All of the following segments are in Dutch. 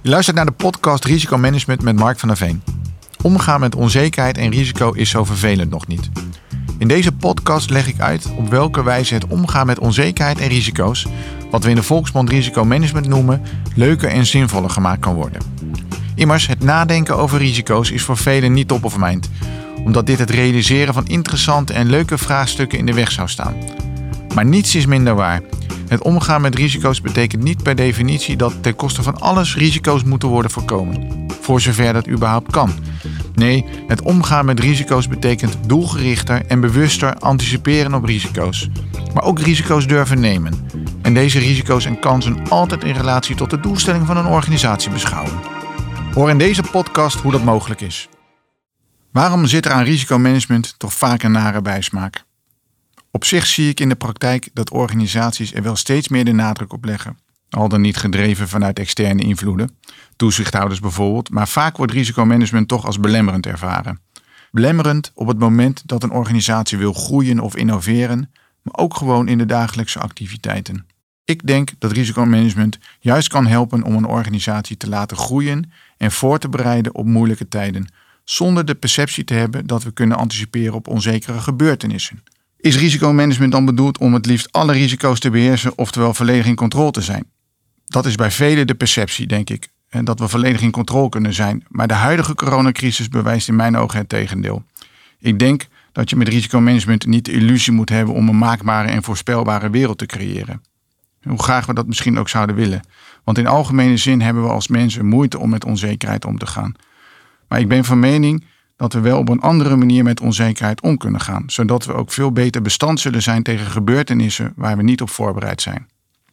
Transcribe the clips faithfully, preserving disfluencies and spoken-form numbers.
Je luistert naar de podcast Risicomanagement met Mark van der Veen. Omgaan met onzekerheid en risico is zo vervelend nog niet. In deze podcast leg ik uit op welke wijze het omgaan met onzekerheid en risico's, wat we in de volksmond risicomanagement noemen, leuker en zinvoller gemaakt kan worden. Immers, het nadenken over risico's is voor velen niet top of mind, omdat dit het realiseren van interessante en leuke vraagstukken in de weg zou staan. Maar niets is minder waar. Het omgaan met risico's betekent niet per definitie dat ten koste van alles risico's moeten worden voorkomen. Voor zover dat überhaupt kan. Nee, het omgaan met risico's betekent doelgerichter en bewuster anticiperen op risico's. Maar ook risico's durven nemen. En deze risico's en kansen altijd in relatie tot de doelstelling van een organisatie beschouwen. Hoor in deze podcast hoe dat mogelijk is. Waarom zit er aan risicomanagement toch vaak een nare bijsmaak? Op zich zie ik in de praktijk dat organisaties er wel steeds meer de nadruk op leggen. Al dan niet gedreven vanuit externe invloeden, toezichthouders bijvoorbeeld, maar vaak wordt risicomanagement toch als belemmerend ervaren. Belemmerend op het moment dat een organisatie wil groeien of innoveren, maar ook gewoon in de dagelijkse activiteiten. Ik denk dat risicomanagement juist kan helpen om een organisatie te laten groeien en voor te bereiden op moeilijke tijden, zonder de perceptie te hebben dat we kunnen anticiperen op onzekere gebeurtenissen. Is risicomanagement dan bedoeld om het liefst alle risico's te beheersen, oftewel volledig in controle te zijn? Dat is bij velen de perceptie, denk ik, en dat we volledig in controle kunnen zijn. Maar de huidige coronacrisis bewijst in mijn ogen het tegendeel. Ik denk dat je met risicomanagement niet de illusie moet hebben om een maakbare en voorspelbare wereld te creëren. Hoe graag we dat misschien ook zouden willen. Want in algemene zin hebben we als mensen moeite om met onzekerheid om te gaan. Maar ik ben van mening dat we wel op een andere manier met onzekerheid om kunnen gaan, zodat we ook veel beter bestand zullen zijn tegen gebeurtenissen waar we niet op voorbereid zijn.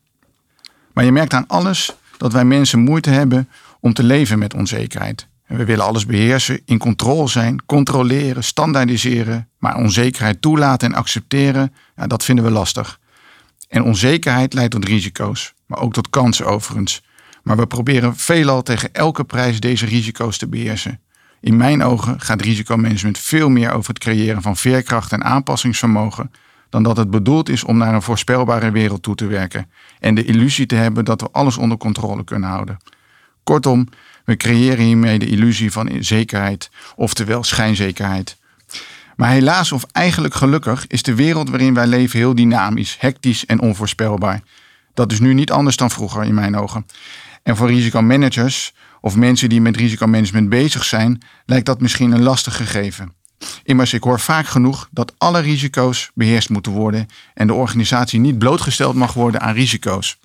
Maar je merkt aan alles dat wij mensen moeite hebben om te leven met onzekerheid. En we willen alles beheersen, in controle zijn, controleren, standaardiseren, maar onzekerheid toelaten en accepteren, ja, dat vinden we lastig. En onzekerheid leidt tot risico's, maar ook tot kansen overigens. Maar we proberen veelal tegen elke prijs deze risico's te beheersen. In mijn ogen gaat risicomanagement veel meer over het creëren van veerkracht en aanpassingsvermogen dan dat het bedoeld is om naar een voorspelbare wereld toe te werken en de illusie te hebben dat we alles onder controle kunnen houden. Kortom, we creëren hiermee de illusie van zekerheid, oftewel schijnzekerheid. Maar helaas of eigenlijk gelukkig is de wereld waarin wij leven heel dynamisch, hectisch en onvoorspelbaar. Dat is nu niet anders dan vroeger in mijn ogen. En voor risicomanagers of mensen die met risicomanagement bezig zijn, lijkt dat misschien een lastig gegeven. Immers, ik hoor vaak genoeg dat alle risico's beheerst moeten worden en de organisatie niet blootgesteld mag worden aan risico's.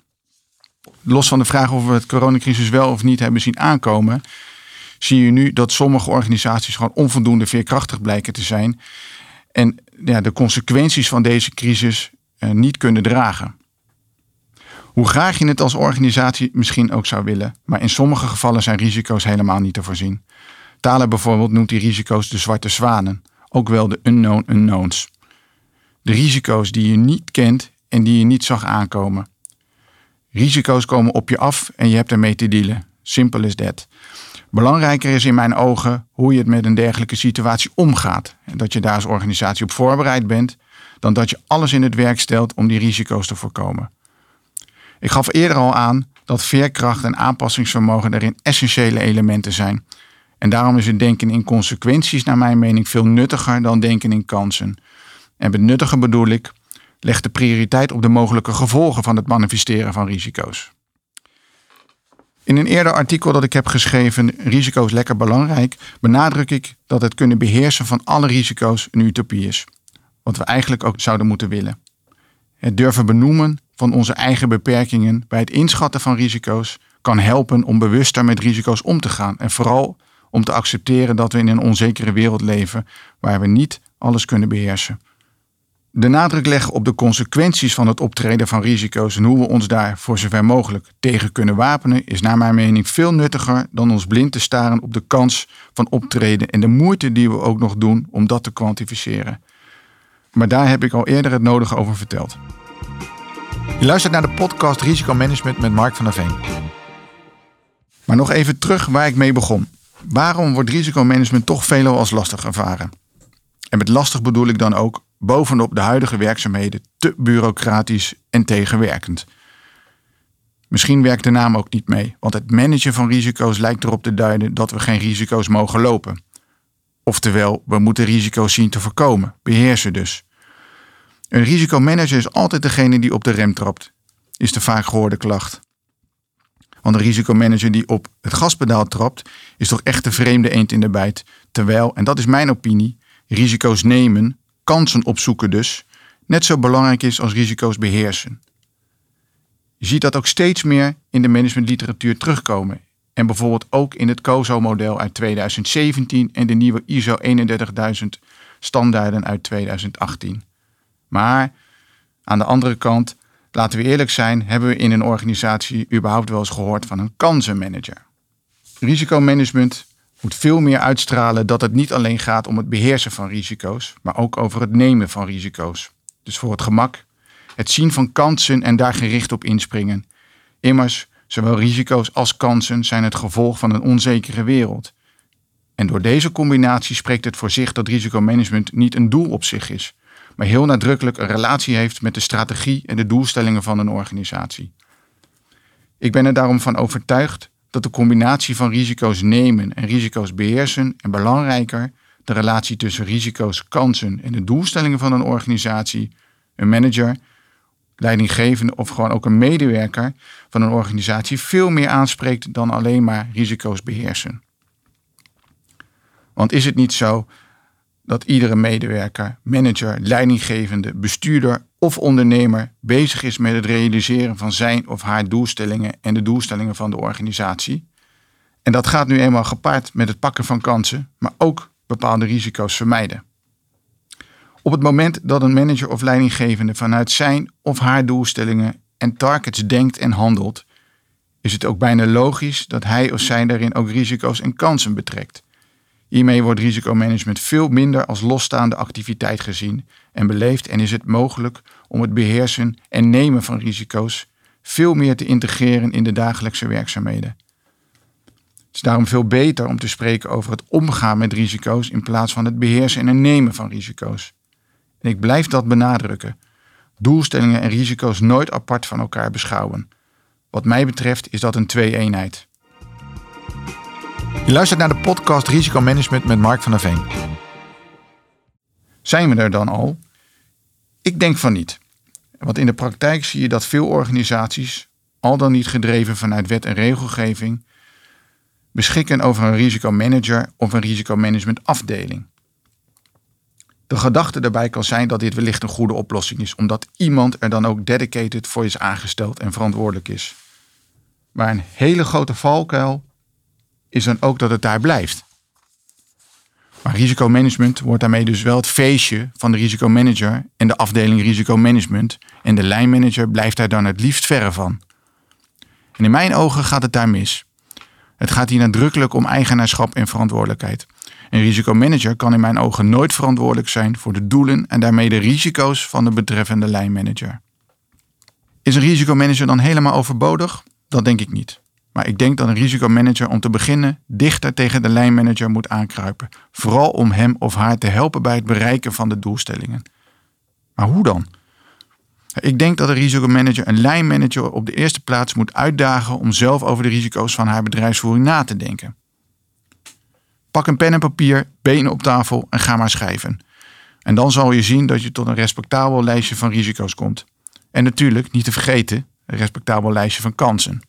Los van de vraag of we het coronacrisis wel of niet hebben zien aankomen, zie je nu dat sommige organisaties gewoon onvoldoende veerkrachtig blijken te zijn en ja, de consequenties van deze crisis eh, niet kunnen dragen. Hoe graag je het als organisatie misschien ook zou willen, maar in sommige gevallen zijn risico's helemaal niet te voorzien. Thaler bijvoorbeeld noemt die risico's de zwarte zwanen, ook wel de unknown unknowns. De risico's die je niet kent en die je niet zag aankomen. Risico's komen op je af en je hebt ermee te dealen. Simple as that. Belangrijker is in mijn ogen hoe je het met een dergelijke situatie omgaat. En dat je daar als organisatie op voorbereid bent, dan dat je alles in het werk stelt om die risico's te voorkomen. Ik gaf eerder al aan dat veerkracht en aanpassingsvermogen daarin essentiële elementen zijn. En daarom is het denken in consequenties naar mijn mening veel nuttiger dan denken in kansen. En met nuttiger bedoel ik, leg de prioriteit op de mogelijke gevolgen van het manifesteren van risico's. In een eerder artikel dat ik heb geschreven, Risico's lekker belangrijk, benadruk ik dat het kunnen beheersen van alle risico's een utopie is. Wat we eigenlijk ook zouden moeten willen. Het durven benoemen van onze eigen beperkingen bij het inschatten van risico's kan helpen om bewuster met risico's om te gaan. En vooral om te accepteren dat we in een onzekere wereld leven waar we niet alles kunnen beheersen. De nadruk leggen op de consequenties van het optreden van risico's en hoe we ons daar voor zover mogelijk tegen kunnen wapenen is naar mijn mening veel nuttiger dan ons blind te staren op de kans van optreden en de moeite die we ook nog doen om dat te kwantificeren. Maar daar heb ik al eerder het nodige over verteld. Je luistert naar de podcast Risicomanagement met Mark van der Veen. Maar nog even terug waar ik mee begon. Waarom wordt risicomanagement toch veelal als lastig ervaren? En met lastig bedoel ik dan ook bovenop de huidige werkzaamheden te bureaucratisch en tegenwerkend. Misschien werkt de naam ook niet mee, want het managen van risico's lijkt erop te duiden dat we geen risico's mogen lopen. Oftewel, we moeten risico's zien te voorkomen, beheersen dus. Een risicomanager is altijd degene die op de rem trapt, is de vaak gehoorde klacht. Want een risicomanager die op het gaspedaal trapt, is toch echt de vreemde eend in de bijt. Terwijl, en dat is mijn opinie, risico's nemen, kansen opzoeken dus, net zo belangrijk is als risico's beheersen. Je ziet dat ook steeds meer in de managementliteratuur terugkomen. En bijvoorbeeld ook in het C O S O-model uit tweeduizend zeventien en de nieuwe I S O eenendertigduizend standaarden uit tweeduizend achttien. Maar aan de andere kant, laten we eerlijk zijn, hebben we in een organisatie überhaupt wel eens gehoord van een kansenmanager. Risicomanagement moet veel meer uitstralen dat het niet alleen gaat om het beheersen van risico's, maar ook over het nemen van risico's. Dus voor het gemak, het zien van kansen en daar gericht op inspringen. Immers, zowel risico's als kansen zijn het gevolg van een onzekere wereld. En door deze combinatie spreekt het voor zich dat risicomanagement niet een doel op zich is, maar heel nadrukkelijk een relatie heeft met de strategie en de doelstellingen van een organisatie. Ik ben er daarom van overtuigd dat de combinatie van risico's nemen en risico's beheersen en belangrijker de relatie tussen risico's, kansen en de doelstellingen van een organisatie, een manager, leidinggevende of gewoon ook een medewerker van een organisatie veel meer aanspreekt dan alleen maar risico's beheersen. Want is het niet zo dat iedere medewerker, manager, leidinggevende, bestuurder of ondernemer bezig is met het realiseren van zijn of haar doelstellingen en de doelstellingen van de organisatie? En dat gaat nu eenmaal gepaard met het pakken van kansen, maar ook bepaalde risico's vermijden. Op het moment dat een manager of leidinggevende vanuit zijn of haar doelstellingen en targets denkt en handelt, is het ook bijna logisch dat hij of zij daarin ook risico's en kansen betrekt. Hiermee wordt risicomanagement veel minder als losstaande activiteit gezien en beleefd en is het mogelijk om het beheersen en nemen van risico's veel meer te integreren in de dagelijkse werkzaamheden. Het is daarom veel beter om te spreken over het omgaan met risico's in plaats van het beheersen en nemen van risico's. En ik blijf dat benadrukken. Doelstellingen en risico's nooit apart van elkaar beschouwen. Wat mij betreft is dat een twee-eenheid. Je luistert naar de podcast Risicomanagement met Mark van der Veen. Zijn we er dan al? Ik denk van niet. Want in de praktijk zie je dat veel organisaties, al dan niet gedreven vanuit wet en regelgeving, beschikken over een risicomanager of een risicomanagementafdeling. De gedachte daarbij kan zijn dat dit wellicht een goede oplossing is, omdat iemand er dan ook dedicated voor is aangesteld en verantwoordelijk is. Maar een hele grote valkuil is dan ook dat het daar blijft. Maar risicomanagement wordt daarmee dus wel het feestje van de risicomanager en de afdeling risicomanagement en de lijnmanager blijft daar dan het liefst verre van. En in mijn ogen gaat het daar mis. Het gaat hier nadrukkelijk om eigenaarschap en verantwoordelijkheid. Een risicomanager kan in mijn ogen nooit verantwoordelijk zijn voor de doelen en daarmee de risico's van de betreffende lijnmanager. Is een risicomanager dan helemaal overbodig? Dat denk ik niet. Maar ik denk dat een risicomanager om te beginnen dichter tegen de lijnmanager moet aankruipen. Vooral om hem of haar te helpen bij het bereiken van de doelstellingen. Maar hoe dan? Ik denk dat een risicomanager een lijnmanager op de eerste plaats moet uitdagen om zelf over de risico's van haar bedrijfsvoering na te denken. Pak een pen en papier, benen op tafel en ga maar schrijven. En dan zal je zien dat je tot een respectabel lijstje van risico's komt. En natuurlijk, niet te vergeten, een respectabel lijstje van kansen.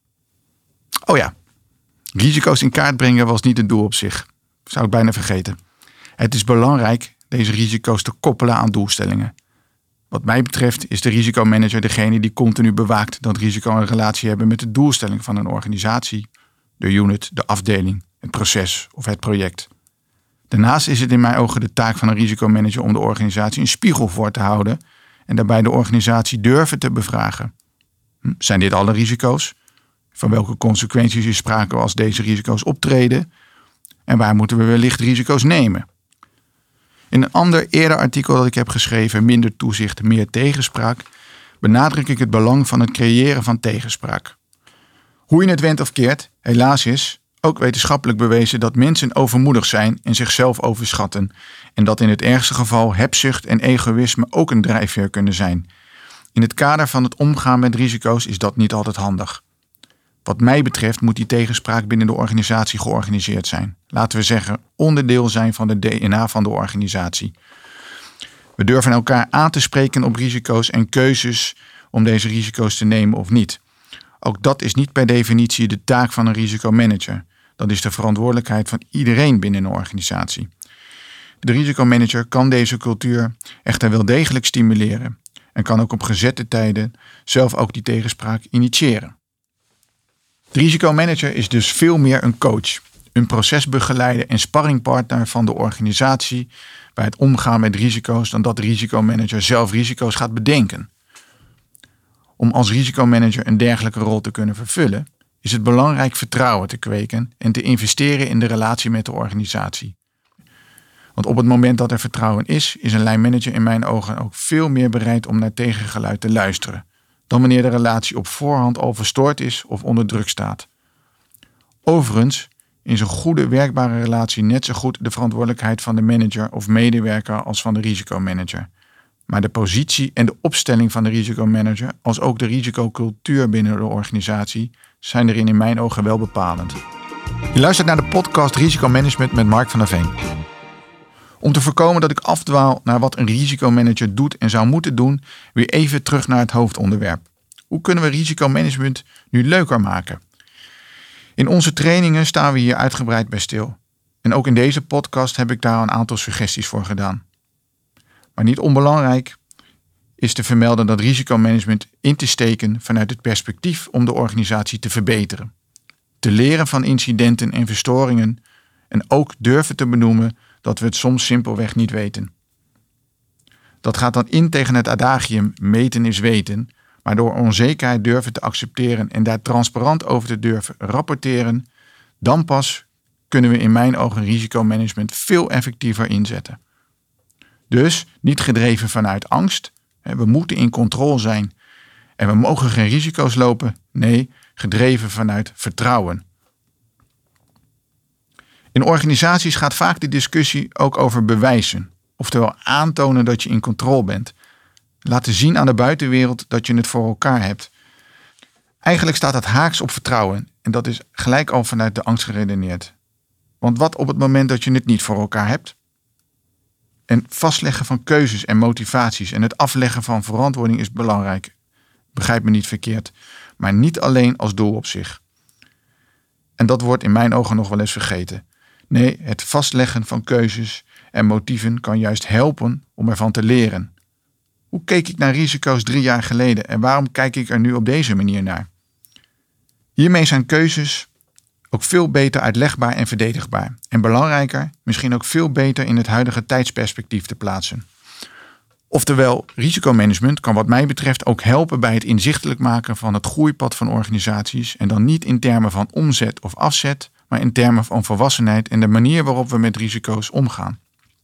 Oh ja, risico's in kaart brengen was niet het doel op zich. Zou ik bijna vergeten. Het is belangrijk deze risico's te koppelen aan doelstellingen. Wat mij betreft is de risicomanager degene die continu bewaakt dat risico een relatie hebben met de doelstelling van een organisatie, de unit, de afdeling, het proces of het project. Daarnaast is het in mijn ogen de taak van een risicomanager om de organisatie een spiegel voor te houden en daarbij de organisatie durven te bevragen. Hm, zijn dit alle risico's? Van welke consequenties is sprake als deze risico's optreden? En waar moeten we wellicht risico's nemen? In een ander eerder artikel dat ik heb geschreven, Minder toezicht, meer tegenspraak, benadruk ik het belang van het creëren van tegenspraak. Hoe je het wendt of keert, helaas is ook wetenschappelijk bewezen dat mensen overmoedig zijn en zichzelf overschatten. En dat in het ergste geval hebzucht en egoïsme ook een drijfveer kunnen zijn. In het kader van het omgaan met risico's is dat niet altijd handig. Wat mij betreft moet die tegenspraak binnen de organisatie georganiseerd zijn. Laten we zeggen, onderdeel zijn van de D N A van de organisatie. We durven elkaar aan te spreken op risico's en keuzes om deze risico's te nemen of niet. Ook dat is niet per definitie de taak van een risicomanager. Dat is de verantwoordelijkheid van iedereen binnen een organisatie. De risicomanager kan deze cultuur echter wel degelijk stimuleren en kan ook op gezette tijden zelf ook die tegenspraak initiëren. De risicomanager is dus veel meer een coach, een procesbegeleider en sparringpartner van de organisatie bij het omgaan met risico's dan dat de risicomanager zelf risico's gaat bedenken. Om als risicomanager een dergelijke rol te kunnen vervullen, is het belangrijk vertrouwen te kweken en te investeren in de relatie met de organisatie. Want op het moment dat er vertrouwen is, is een lijnmanager in mijn ogen ook veel meer bereid om naar tegengeluid te luisteren, dan wanneer de relatie op voorhand al verstoord is of onder druk staat. Overigens is een goede werkbare relatie net zo goed de verantwoordelijkheid van de manager of medewerker als van de risicomanager. Maar de positie en de opstelling van de risicomanager, als ook de risicocultuur binnen de organisatie, zijn erin in mijn ogen wel bepalend. Je luistert naar de podcast Risicomanagement met Mark van der Veen. Om te voorkomen dat ik afdwaal naar wat een risicomanager doet en zou moeten doen, weer even terug naar het hoofdonderwerp. Hoe kunnen we risicomanagement nu leuker maken? In onze trainingen staan we hier uitgebreid bij stil. En ook in deze podcast heb ik daar een aantal suggesties voor gedaan. Maar niet onbelangrijk is te vermelden dat risicomanagement in te steken vanuit het perspectief om de organisatie te verbeteren. Te leren van incidenten en verstoringen en ook durven te benoemen dat we het soms simpelweg niet weten. Dat gaat dan in tegen het adagium meten is weten, maar door onzekerheid durven te accepteren en daar transparant over te durven rapporteren, dan pas kunnen we in mijn ogen risicomanagement veel effectiever inzetten. Dus niet gedreven vanuit angst, we moeten in controle zijn en we mogen geen risico's lopen, nee, gedreven vanuit vertrouwen. In organisaties gaat vaak de discussie ook over bewijzen, oftewel aantonen dat je in controle bent. Laten zien aan de buitenwereld dat je het voor elkaar hebt. Eigenlijk staat dat haaks op vertrouwen en dat is gelijk al vanuit de angst geredeneerd. Want wat op het moment dat je het niet voor elkaar hebt? En vastleggen van keuzes en motivaties en het afleggen van verantwoording is belangrijk. Begrijp me niet verkeerd, maar niet alleen als doel op zich. En dat wordt in mijn ogen nog wel eens vergeten. Nee, het vastleggen van keuzes en motieven kan juist helpen om ervan te leren. Hoe keek ik naar risico's drie jaar geleden en waarom kijk ik er nu op deze manier naar? Hiermee zijn keuzes ook veel beter uitlegbaar en verdedigbaar. En belangrijker, misschien ook veel beter in het huidige tijdsperspectief te plaatsen. Oftewel, risicomanagement kan wat mij betreft ook helpen bij het inzichtelijk maken van het groeipad van organisaties en dan niet in termen van omzet of afzet, maar in termen van volwassenheid en de manier waarop we met risico's omgaan.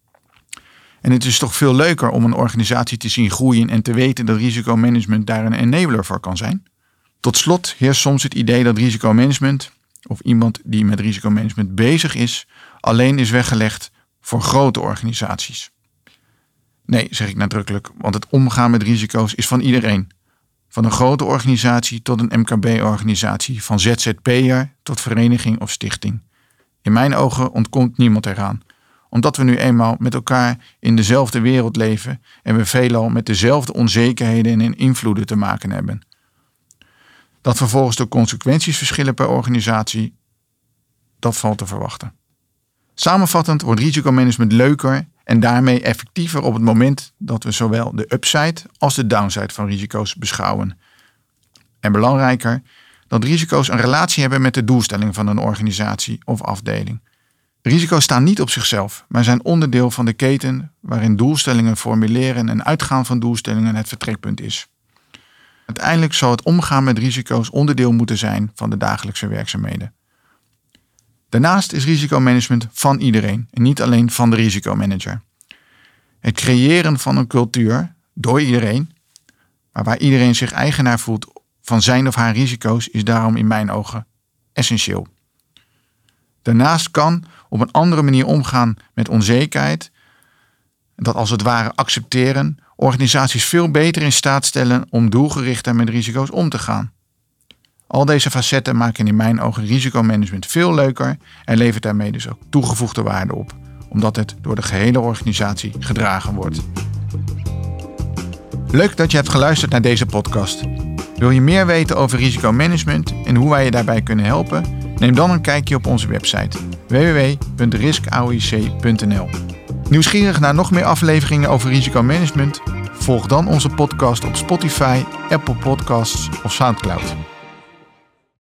En het is toch veel leuker om een organisatie te zien groeien en te weten dat risicomanagement daar een enabler voor kan zijn? Tot slot heerst soms het idee dat risicomanagement, of iemand die met risicomanagement bezig is, alleen is weggelegd voor grote organisaties. Nee, zeg ik nadrukkelijk, want het omgaan met risico's is van iedereen. Van een grote organisatie tot een M K B-organisatie, van Z Z P'er tot vereniging of stichting. In mijn ogen ontkomt niemand eraan, omdat we nu eenmaal met elkaar in dezelfde wereld leven en we veelal met dezelfde onzekerheden en invloeden te maken hebben. Dat vervolgens de consequenties verschillen per organisatie, dat valt te verwachten. Samenvattend wordt risicomanagement leuker en daarmee effectiever op het moment dat we zowel de upside als de downside van risico's beschouwen. En belangrijker, dat risico's een relatie hebben met de doelstelling van een organisatie of afdeling. Risico's staan niet op zichzelf, maar zijn onderdeel van de keten waarin doelstellingen formuleren en uitgaan van doelstellingen het vertrekpunt is. Uiteindelijk zal het omgaan met risico's onderdeel moeten zijn van de dagelijkse werkzaamheden. Daarnaast is risicomanagement van iedereen en niet alleen van de risicomanager. Het creëren van een cultuur door iedereen, maar waar iedereen zich eigenaar voelt van zijn of haar risico's, is daarom in mijn ogen essentieel. Daarnaast kan op een andere manier omgaan met onzekerheid, dat als het ware accepteren organisaties veel beter in staat stellen om doelgerichter met risico's om te gaan. Al deze facetten maken in mijn ogen risicomanagement veel leuker en levert daarmee dus ook toegevoegde waarde op, omdat het door de gehele organisatie gedragen wordt. Leuk dat je hebt geluisterd naar deze podcast. Wil je meer weten over risicomanagement en hoe wij je daarbij kunnen helpen? Neem dan een kijkje op onze website w w w punt risk a o i c punt n l. Nieuwsgierig naar nog meer afleveringen over risicomanagement? Volg dan onze podcast op Spotify, Apple Podcasts of Soundcloud.